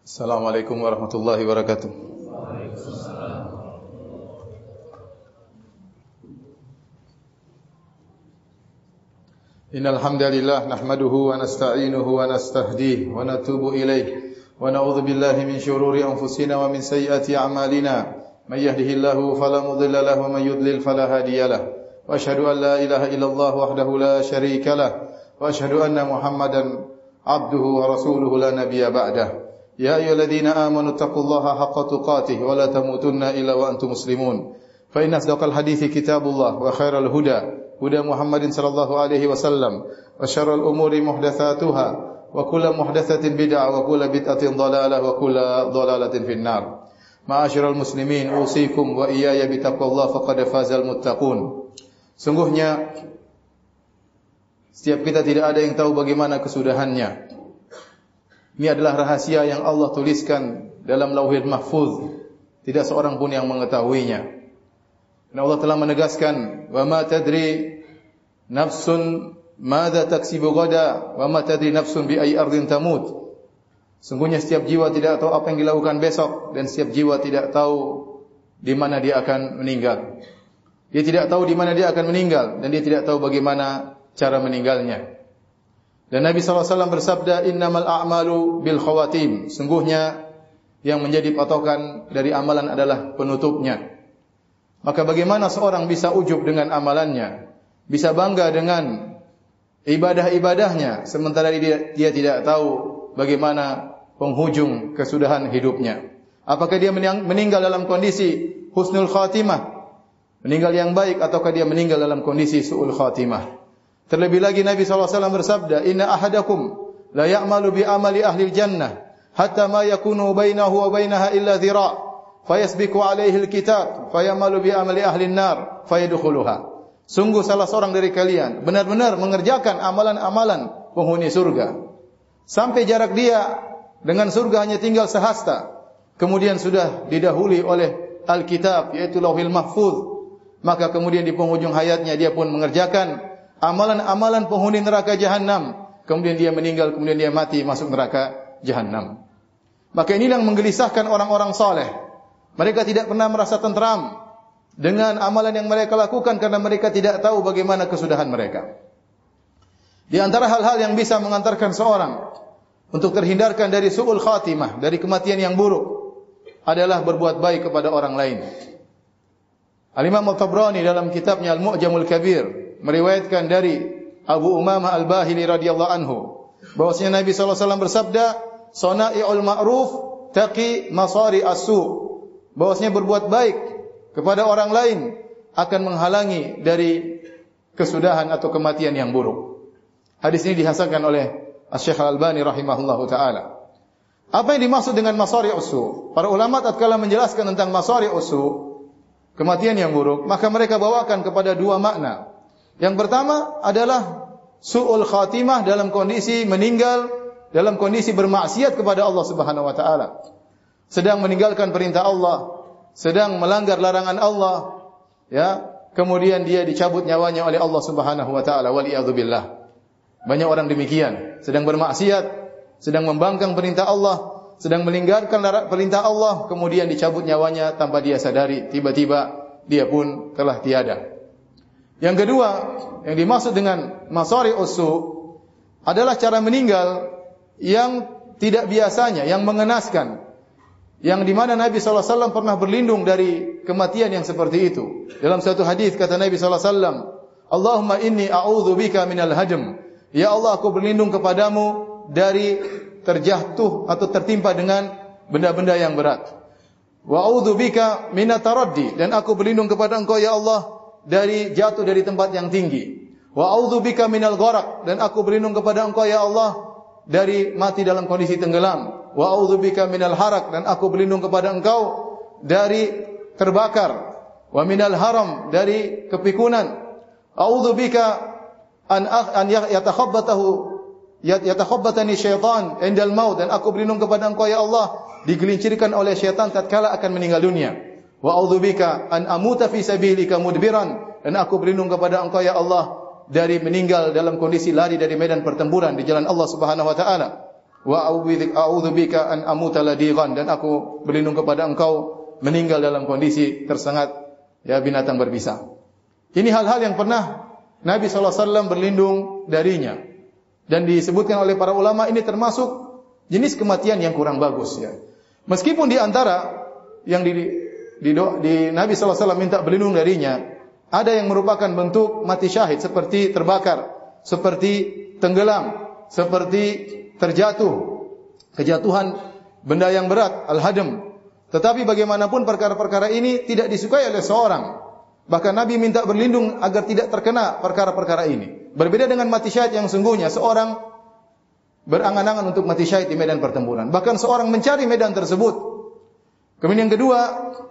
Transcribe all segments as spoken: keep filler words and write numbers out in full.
Assalamualaikum warahmatullahi wabarakatuh. Innal hamdalillah nahmaduhu wa nasta'inuhu wa nastahdihi wa natubu ilayhi wa na'udzu billahi min shururi anfusina wa min sayyiati a'malina. May yahdihillahu fala mudilla lahu wa may yudlil fala hadiya lahu. Wa asyhadu an la ilaha illallah wahdahu la syarika lahu wa asyhadu anna Muhammadan abduhu wa rasuluhu la nabiyya ba'dahu. Ya ayyuhalladzina amanu taqullaha haqqa tuqatih wa la tamutunna illa wa antum muslimun. Fa inna asdaqal hadithi kitabullah wa khairal huda huda Muhammadin sallallahu alaihi wasallam wa syarrul umuri muhdatsatuha wa kullu muhdatsatin bid'ah wa kullu bid'atin dhalalah wa kullu dhalalatin finnar. Ma'asyiral muslimin, usikum wa iyaya bitaqwallah faqad fazal muttaqun. Sungguhnya setiap kita tidak ada yang tahu bagaimana kesudahannya. Ini adalah rahasia yang Allah tuliskan dalam Lauhul Mahfuz. Tidak seorang pun yang mengetahuinya. Dan Allah telah menegaskan, "Wa ma tadri nafsun madza taksibu ghada, wa ma tadri nafsun bi ayyi ardin tamut." Sungguhnya setiap jiwa tidak tahu apa yang dilakukan besok, dan setiap jiwa tidak tahu di mana dia akan meninggal. Dia tidak tahu di mana dia akan meninggal, dan dia tidak tahu bagaimana cara meninggalnya. Dan Nabi sallallahu alaihi wasallam bersabda, "Innamal a'malu bil khawatim." Sungguhnya yang menjadi patokan dari amalan adalah penutupnya. Maka bagaimana seorang bisa ujub dengan amalannya, bisa bangga dengan ibadah-ibadahnya, sementara dia, dia tidak tahu bagaimana penghujung kesudahan hidupnya. Apakah dia meninggal dalam kondisi husnul khatimah, meninggal yang baik, ataukah dia meninggal dalam kondisi su'ul khatimah? Terlebih lagi Nabi sallallahu alaihi wasallam bersabda, "Inna ahadakum la ya'malu bi amali ahli jannah hatta ma yakunu bainahu wa bainaha illa dhira' fayasbiqu alaihi alkitab fayamalu bi amali ahli an-nar fayadkhuluha." Sungguh salah seorang dari kalian benar-benar mengerjakan amalan-amalan penghuni surga sampai jarak dia dengan surga hanya tinggal sehasta, kemudian sudah didahului oleh alkitab, yaitu Lauhul Mahfuz. Maka kemudian di penghujung hayatnya dia pun mengerjakan amalan-amalan penghuni neraka jahanam, kemudian dia meninggal, kemudian dia mati masuk neraka jahanam. Maka ini yang menggelisahkan orang-orang saleh. Mereka tidak pernah merasa tentram dengan amalan yang mereka lakukan karena mereka tidak tahu bagaimana kesudahan mereka. Di antara hal-hal yang bisa mengantarkan seorang untuk terhindarkan dari su'ul khatimah, dari kematian yang buruk, adalah berbuat baik kepada orang lain. Al-Imam At-Tabrani dalam kitabnya Al-Mu'jamul Kabir meriwayatkan dari Abu Umamah Al-Bahili radhiyallahu anhu bahwasanya Nabi sallallahu alaihi wasallam bersabda, "Sana'iul ma'ruf taqi masari as-su." Bahwasanya berbuat baik kepada orang lain akan menghalangi dari kesudahan atau kematian yang buruk. Hadis ini dihasankan oleh Asy-Syaikh Al-Albani rahimahullahu taala. Apa yang dimaksud dengan masari as-su? Para ulama tatkala menjelaskan tentang masari as-su, kematian yang buruk, maka mereka bawakan kepada dua makna. Yang pertama adalah su'ul khatimah dalam kondisi meninggal dalam kondisi bermaksiat kepada Allah Subhanahu wa taala. Sedang meninggalkan perintah Allah, sedang melanggar larangan Allah, ya, kemudian dia dicabut nyawanya oleh Allah Subhanahu wa taala, wal iyadzu billah. Banyak orang demikian, sedang bermaksiat, sedang membangkang perintah Allah, sedang meninggalkan perintah Allah, kemudian dicabut nyawanya tanpa dia sadari, tiba-tiba dia pun telah tiada. Yang kedua, yang dimaksud dengan masari usu adalah cara meninggal yang tidak biasanya, yang mengenaskan, yang di mana Nabi sallallahu alaihi wasallam pernah berlindung dari kematian yang seperti itu. Dalam satu hadis kata Nabi sallallahu alaihi wasallam, "Allahumma inni a'udzubika minal hadm." Ya Allah, aku berlindung kepadamu dari terjatuh atau tertimpa dengan benda-benda yang berat. Wa a'udzubika minat taraddi, dan aku berlindung kepada Engkau ya Allah dari jatuh dari tempat yang tinggi. Wa a'udzubika minal gharq, dan aku berlindung kepada Engkau ya Allah dari mati dalam kondisi tenggelam. Wa a'udzubika minal haraq, dan aku berlindung kepada Engkau dari terbakar. Wa minal haram, dari kepikunan. A'udzubika an an yatakhabbatahu yatakhabbatani syaitan indal maut, dan aku berlindung kepada Engkau ya Allah digelincirkan oleh syaitan tatkala akan meninggal dunia. Wa a'udzubika an amuta fi sabilika mudbiran, dan aku berlindung kepada Engkau ya Allah dari meninggal dalam kondisi lari dari medan pertempuran di jalan Allah Subhanahu wa taala. wa a'udzubika an amuta ladighan, dan aku berlindung kepada Engkau meninggal dalam kondisi tersengat ya binatang berbisa. Ini hal-hal yang pernah Nabi sallallahu alaihi wasallam berlindung darinya. Dan disebutkan oleh para ulama ini termasuk jenis kematian yang kurang bagus ya. Meskipun di antara yang di, di, do, di Nabi sallallahu alaihi wasallam minta berlindung darinya, ada yang merupakan bentuk mati syahid seperti terbakar, seperti tenggelam, seperti terjatuh, kejatuhan benda yang berat, al-hadam. Tetapi bagaimanapun perkara-perkara ini tidak disukai oleh seorang. Bahkan Nabi minta berlindung agar tidak terkena perkara-perkara ini. Berbeda dengan mati syahid yang sungguhnya, seorang berangan-angan untuk mati syahid di medan pertempuran. Bahkan seorang mencari medan tersebut. Kemudian yang kedua,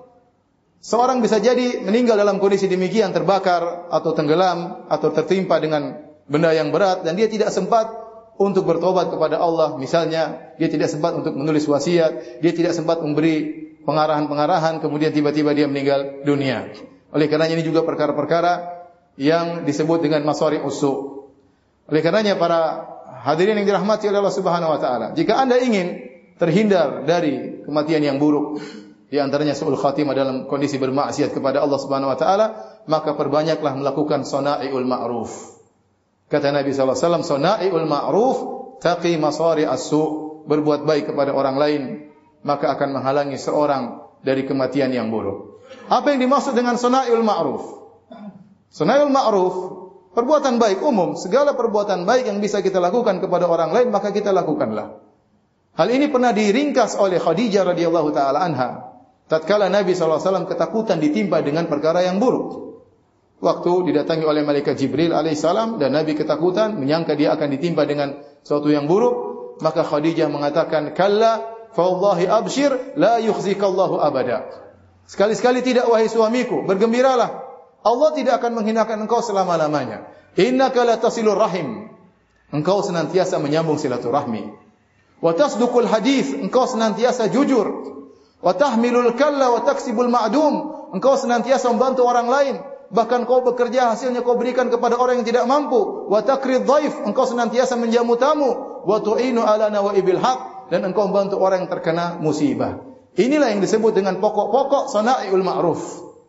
seorang bisa jadi meninggal dalam kondisi demikian, terbakar atau tenggelam atau tertimpa dengan benda yang berat dan dia tidak sempat untuk bertobat kepada Allah. Misalnya, dia tidak sempat untuk menulis wasiat, dia tidak sempat memberi pengarahan-pengarahan, kemudian tiba-tiba dia meninggal dunia. Oleh karenanya ini juga perkara-perkara yang disebut dengan masari usu. Oleh karenanya para hadirin yang dirahmati oleh Allah Subhanahu wa taala, jika Anda ingin terhindar dari kematian yang buruk, di antaranya su'ul khatimah dalam kondisi bermaksiat kepada Allah Subhanahu wa taala, maka perbanyaklah melakukan sana'iul ma'ruf. Kata Nabi sallallahu alaihi wasallam, sana'iul ma'ruf taqi masari as-su', berbuat baik kepada orang lain maka akan menghalangi seorang dari kematian yang buruk. Apa yang dimaksud dengan sana'iul ma'ruf? Sana'iul ma'ruf, perbuatan baik umum, segala perbuatan baik yang bisa kita lakukan kepada orang lain maka kita lakukanlah. Hal ini pernah diringkas oleh Khadijah radhiyallahu taala anha. Tatkala Nabi sallallahu alaihi wasallam ketakutan ditimpa dengan perkara yang buruk. Waktu didatangi oleh malaikat Jibril alaihissalam dan Nabi ketakutan menyangka dia akan ditimpa dengan sesuatu yang buruk, maka Khadijah mengatakan, "Kalla, fa wallahi abshir, la yukhzikallahu abada." Sekali-sekali tidak wahai suamiku, bergembiralah. Allah tidak akan menghinakan engkau selama-lamanya. Innaka la tasilur rahim. Engkau senantiasa menyambung silaturahmi. Wa tasduqul hadits, engkau senantiasa jujur. Wa tahmilul kalla wa taksibul ma'dum, engkau senantiasa membantu orang lain. Bahkan kau bekerja hasilnya kau berikan kepada orang yang tidak mampu. Wa takrid dhaif, engkau senantiasa menjamu tamu. Wa tu'inu ala nawaibil haq, dan engkau membantu orang yang terkena musibah. Inilah yang disebut dengan pokok-pokok sana'iul ma'ruf.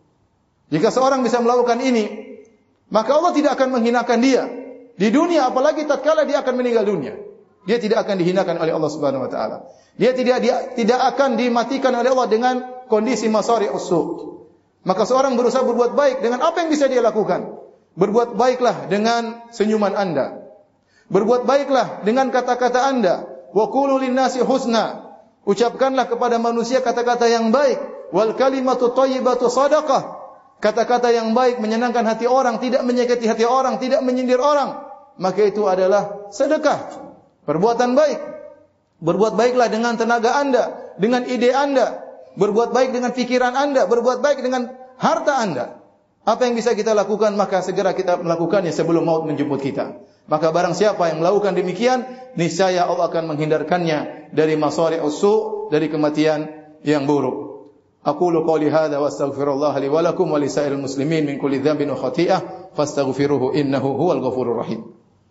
Jika seorang bisa melakukan ini, maka Allah tidak akan menghinakan dia di dunia, apalagi tatkala dia akan meninggal dunia. Dia tidak akan dihinakan oleh Allah Subhanahu wa taala. Dia tidak dia tidak akan dimatikan oleh Allah dengan kondisi masari usu. Maka seorang berusaha berbuat baik dengan apa yang bisa dia lakukan. Berbuat baiklah dengan senyuman Anda. Berbuat baiklah dengan kata-kata Anda. Wa qulu lin-nasi husna. Ucapkanlah kepada manusia kata-kata yang baik. Wal kalimatu thayyibatu shadaqah. Kata-kata yang baik menyenangkan hati orang, tidak menyakiti hati orang, tidak menyindir orang, maka itu adalah sedekah. Perbuatan baik. Berbuat baiklah dengan tenaga Anda, dengan ide Anda. Berbuat baik dengan pikiran Anda, berbuat baik dengan harta Anda. Apa yang bisa kita lakukan, maka segera kita melakukannya sebelum maut menjemput kita. Maka barang siapa yang melakukan demikian, niscaya Allah akan menghindarkannya dari masari usu, dari kematian yang buruk. Aqulu qawli hadza wa astaghfirullah li wa lakum wa li sa'iril muslimin min kulli dhanbin wa khati'ah fastaghfiruhu innahu huwal ghafurur rahim.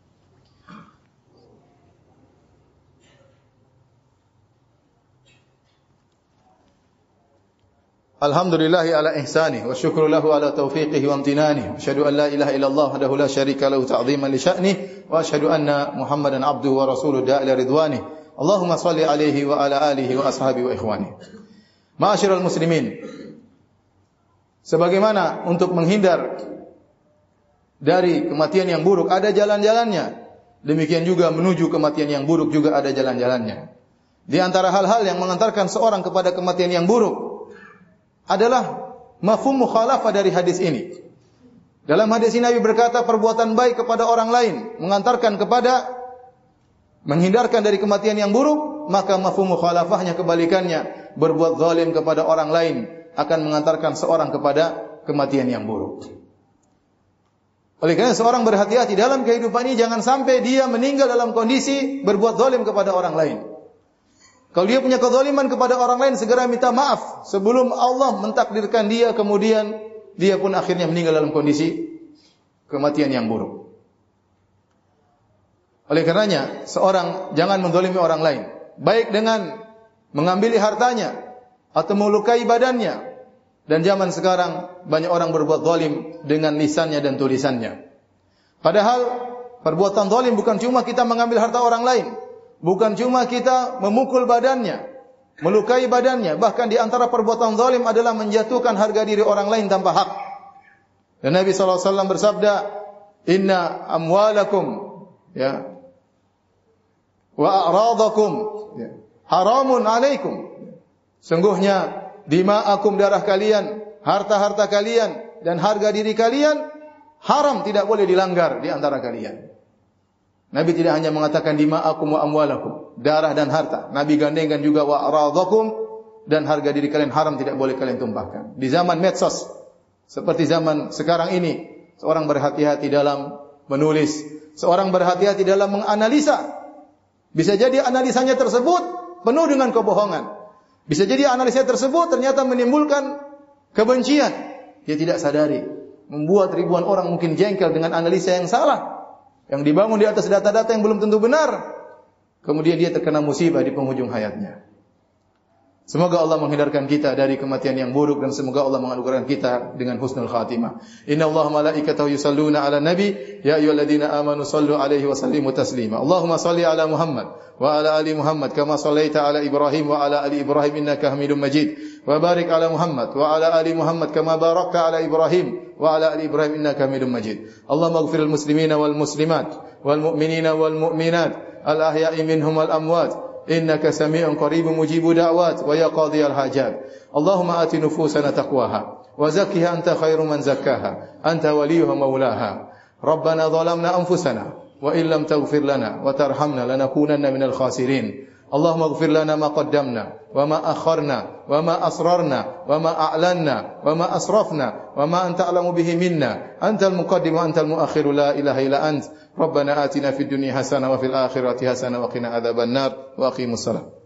Alhamdulillahi ala ihsanih wa syukru lahu ala taufiqihi wa amtinanih. Asyhadu an la ilaha illallah wahdahu la syarika lahu ta'dhiman li sya'nih wa asyhadu anna Muhammadan abduhu wa rasuluhu da'ila ridwanih. Allahumma shalli alaihi wa ala alihi wa ashabihi wa ikhwani. Ma'asyiral muslimin, sebagaimana untuk menghindar dari kematian yang buruk ada jalan-jalannya, demikian juga menuju kematian yang buruk juga ada jalan-jalannya. Di antara hal-hal yang mengantarkan seorang kepada kematian yang buruk adalah mafhum mukhalafah dari hadis ini. Dalam hadis ini Nabi berkata perbuatan baik kepada orang lain mengantarkan kepada menghindarkan dari kematian yang buruk, maka mafhum mukhalafahnya kebalikannya. Berbuat zalim kepada orang lain akan mengantarkan seorang kepada kematian yang buruk. Oleh karena seorang berhati-hati dalam kehidupan ini, jangan sampai dia meninggal dalam kondisi berbuat zalim kepada orang lain. Kalau dia punya kezaliman kepada orang lain, segera minta maaf sebelum Allah mentakdirkan dia, kemudian dia pun akhirnya meninggal dalam kondisi kematian yang buruk. Oleh karenanya, seorang jangan menzalimi orang lain, baik dengan mengambil hartanya atau melukai badannya. Dan zaman sekarang banyak orang berbuat zalim dengan lisannya dan tulisannya. Padahal perbuatan zalim bukan cuma kita mengambil harta orang lain, bukan cuma kita memukul badannya, melukai badannya, bahkan di antara perbuatan zalim adalah menjatuhkan harga diri orang lain tanpa hak. Dan Nabi sallallahu alaihi wasallam bersabda, "Inna amwalakum ya wa a'radakum ya, haramun alaikum." Sungguhnya dima'akum, darah kalian, harta-harta kalian dan harga diri kalian haram, tidak boleh dilanggar di antara kalian. Nabi tidak hanya mengatakan dima'akum wa amwalakum, darah dan harta. Nabi gandengkan juga wa aradakum, dan harga diri kalian haram, tidak boleh kalian tumpahkan. Di zaman medsos seperti zaman sekarang ini, seorang berhati-hati dalam menulis, seorang berhati-hati dalam menganalisa. Bisa jadi analisanya tersebut penuh dengan kebohongan. Bisa jadi analisa tersebut ternyata menimbulkan kebencian. Dia tidak sadari, membuat ribuan orang mungkin jengkel dengan analisa yang salah, yang dibangun di atas data-data yang belum tentu benar. Kemudian dia terkena musibah di penghujung hayatnya. Semoga Allah menghindarkan kita dari kematian yang buruk, dan semoga Allah menganugerahkan kita dengan husnul khatimah. Inna Allah malaikatahu yusalluna ala nabi, ya ayyuhalladzina amanu sallu alaihi wa sallimu taslima. Allahumma salli ala Muhammad wa ala ali Muhammad kama sallaita ala Ibrahim wa ala ali Ibrahim innaka Hamidum Majid. Wa barik ala Muhammad wa ala ali Muhammad kama barakta ala Ibrahim wa ala ali Ibrahim innaka Hamidum Majid. Allahumma ighfir lil muslimina wal muslimat wal mu'minina wal mu'minat al ahya'i minhum wal amwat. إنك سميع قريب مجيب دعوات ويا قاضي الحاجات. اللهم آت نفوسنا تقواها وزكها أنت خير من زكاها أنت وليها مولاها. ربنا ظلمنا أنفسنا وإن لم تغفر لنا وترحمنا لنكونن من الخاسرين. اللهم اغفر لنا ما قدمنا وما أخرنا وما أسررنا وما أعلنا وما أسرفنا وما أنت أعلم به منا. أنت المقدم وأنت المؤخر لا إله إلا أنت. ربنا آتنا في الدنيا حسنة وفي الآخرة حسنة وقنا عذاب النار. وأقيموا الصلاة.